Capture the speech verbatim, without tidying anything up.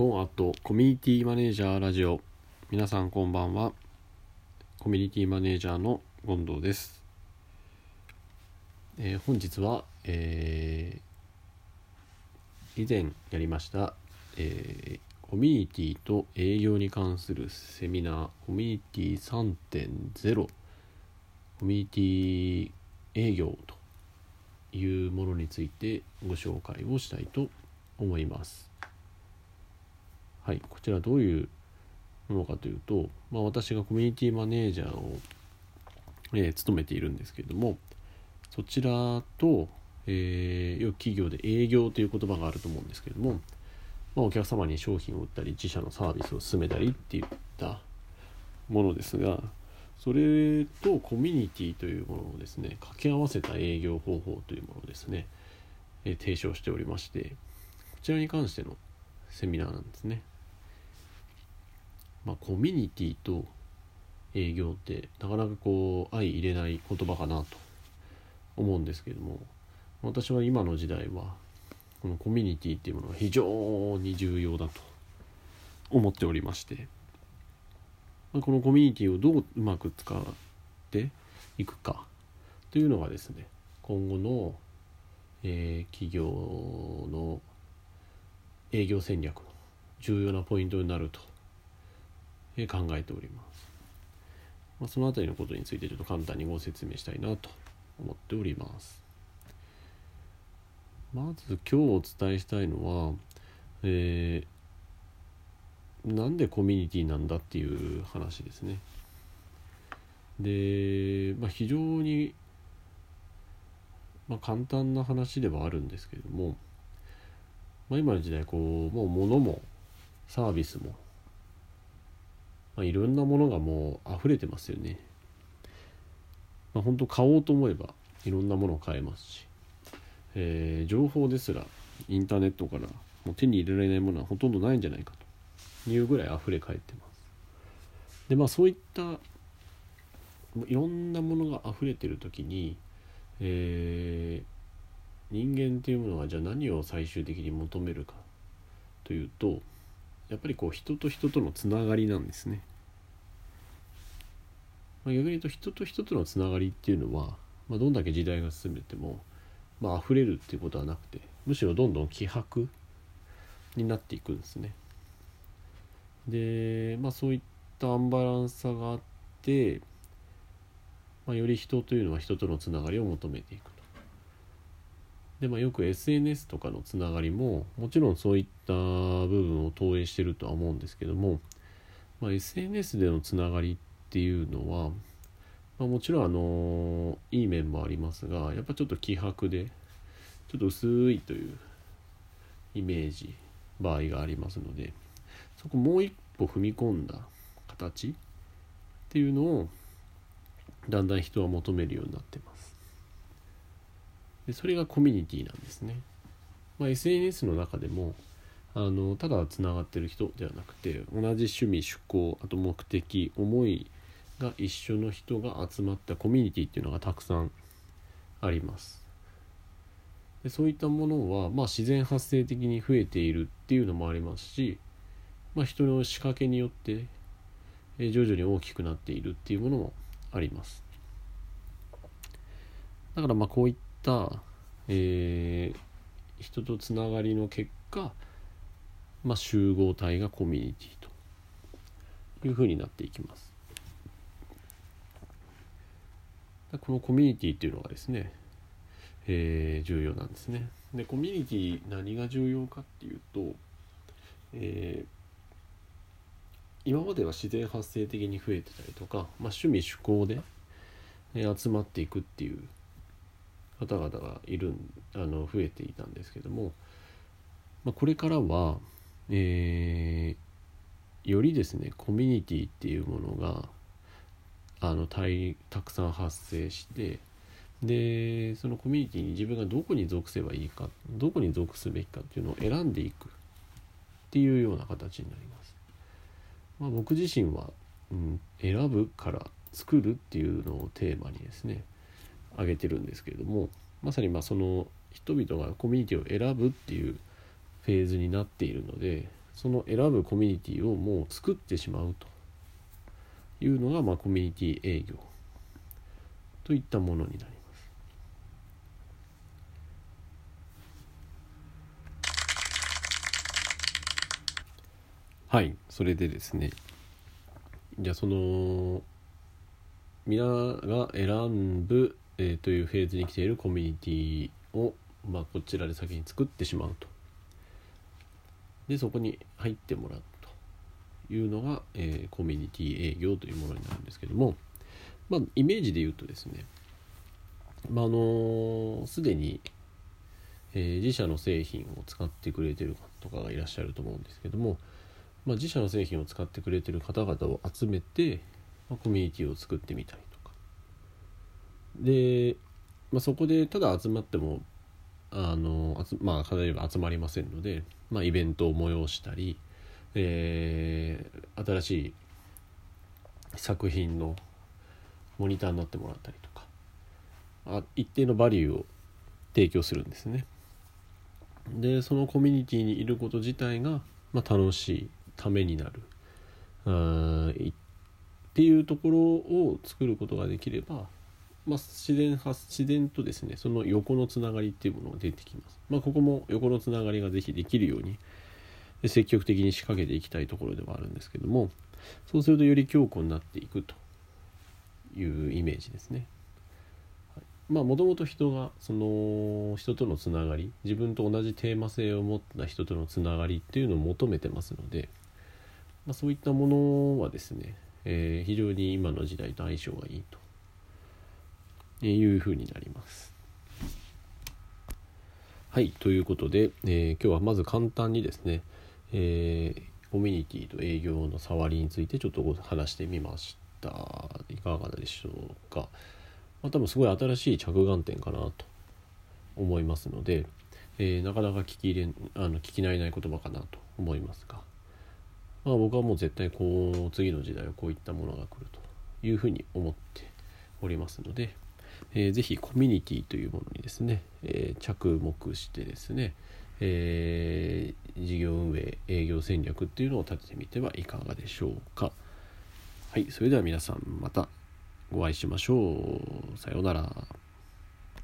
ゴンアットコミュニティマネージャーラジオ。皆さんこんばんは。コミュニティマネージャーの権藤です。えー、本日は、えー、以前やりました、えー、コミュニティと営業に関するセミナーコミュニティ さんてんゼロ コミュニティ営業というものについてご紹介をしたいと思います。はい、こちらどういうものかというと、まあ、私がコミュニティマネージャーを、えー、務めているんですけれども、そちらと、えー、よく企業で営業という言葉があると思うんですけれども、まあ、お客様に商品を売ったり自社のサービスを進めたりっていったものですが、それとコミュニティというものをですね掛け合わせた営業方法というものをですね、えー、提唱しておりまして、こちらに関してのセミナーなんですね。まあ、コミュニティと営業ってなかなかこう相入れない言葉かなと思うんですけれども、私は今の時代はこのコミュニティっていうものが非常に重要だと思っておりまして、このコミュニティをどううまく使っていくかというのがですね、今後の、えー、企業の営業戦略の重要なポイントになると考えております。まあ、そのあたりのことについてちょっと簡単にご説明したいなと思っております。まず今日お伝えしたいのは、えー、なんでコミュニティなんだっていう話ですね。で、まあ、非常に、まあ、簡単な話ではあるんですけれども、まあ、今の時代こうもう物もサービスもまあ、いろんなものがもう溢れてますよね。まあ、本当買おうと思えばいろんなものを買えますし、えー、情報ですらインターネットからもう手に入れられないものはほとんどないんじゃないかというぐらい溢れ返ってます。でまあそういったいろんなものが溢れてる時に、えー、人間っていうものはじゃあ何を最終的に求めるかというと、やっぱりこう人と人とのつながりなんですね。まあ、逆に言うと人と人とのつながりっていうのは、まあ、どんだけ時代が進めても、まあ、溢れるっていうことはなくて、むしろどんどん希薄になっていくんですね。で、まあ、そういったアンバランスさがあって、まあ、より人というのは人とのつながりを求めていくと。で、まあ、よく エスエヌエス とかのつながりももちろんそういった部分を投影しているとは思うんですけども、まあ、エスエヌエス でのつながりっていうのは、まあ、もちろんあのいい面もありますが、やっぱちょっと希薄でちょっと薄いというイメージ場合がありますので、そこもう一歩踏み込んだ形っていうのをだんだん人は求めるようになってます。でそれがコミュニティなんですね。まあ、エスエヌエス の中でもあのただつながってる人ではなくて、同じ趣味趣向、あと目的思いが一緒の人が集まったコミュニティっていうのがたくさんあります。でそういったものは、まあ、自然発生的に増えているっていうのもありますし、まあ、人の仕掛けによって徐々に大きくなっているっていうものもあります。だからまあこういった、えー、人とつながりの結果、まあ、集合体がコミュニティというふうになっていきます。このコミュニティっていうのがですね、えー、重要なんですね。でコミュニティ何が重要かっていうと、えー、今までは自然発生的に増えてたりとか、まあ、趣味趣向で、ね、集まっていくっていう方々がいるあの増えていたんですけども、まあ、これからは、えー、よりですねコミュニティっていうものがあの た, たくさん発生して、でそのコミュニティに自分がどこに属せばいいか、どこに属すべきかっていうのを選んでいくっていうような形になります。まあ、僕自身は、うん、選ぶから作るっていうのをテーマにですね挙げてるんですけれども、まさにまあその人々がコミュニティを選ぶっていうフェーズになっているので、 その選ぶコミュニティをもう作ってしまうというのが、まあ、コミュニティ営業といったものになります。はい、それでですね、じゃあその皆が選ぶ、えー、というフェーズに来ているコミュニティを、まあ、こちらで先に作ってしまうと。でそこに入ってもらうというのが、えー、コミュニティ営業というものになるんですけども、まあ、イメージで言うとですね、まあ、あのすでに、えー、自社の製品を使ってくれてる方とかがいらっしゃると思うんですけども、まあ、自社の製品を使ってくれてる方々を集めて、まあ、コミュニティを作ってみたりとかで、まあ、そこでただ集まってもあのまあ例えば集まりませんので、まあ、イベントを催したり、えー、新しい作品のモニターになってもらったりとか、あ一定のバリューを提供するんですね。でそのコミュニティにいること自体が、まあ、楽しいためになるあっていうところを作ることができれば、まあ、自然発自然とですねその横のつながりっていうものが出てきます。まあ、ここも横のつながりがぜひできるように積極的に仕掛けていきたいところではあるんですけども、そうするとより強固になっていくというイメージですね。はい、まあもともと人がその人とのつながり、自分と同じテーマ性を持った人とのつながりっていうのを求めてますので、まあ、そういったものはですね、えー、非常に今の時代と相性がいいというふうになります。はい、ということで、えー、今日はまず簡単にですね、えー、コミュニティと営業の触りについてちょっと話してみました。いかがでしょうか。まあ、多分すごい新しい着眼点かなと思いますので、えー、なかなか聞き入れあの聞き慣れない言葉かなと思いますが、まあ、僕はもう絶対こう次の時代はこういったものが来るというふうに思っておりますので、えー、ぜひコミュニティというものにですね、えー、着目してですね、えー、事業運営営業戦略っていうのを立ててみてはいかがでしょうか。はい、それでは皆さんまたお会いしましょう。さようなら。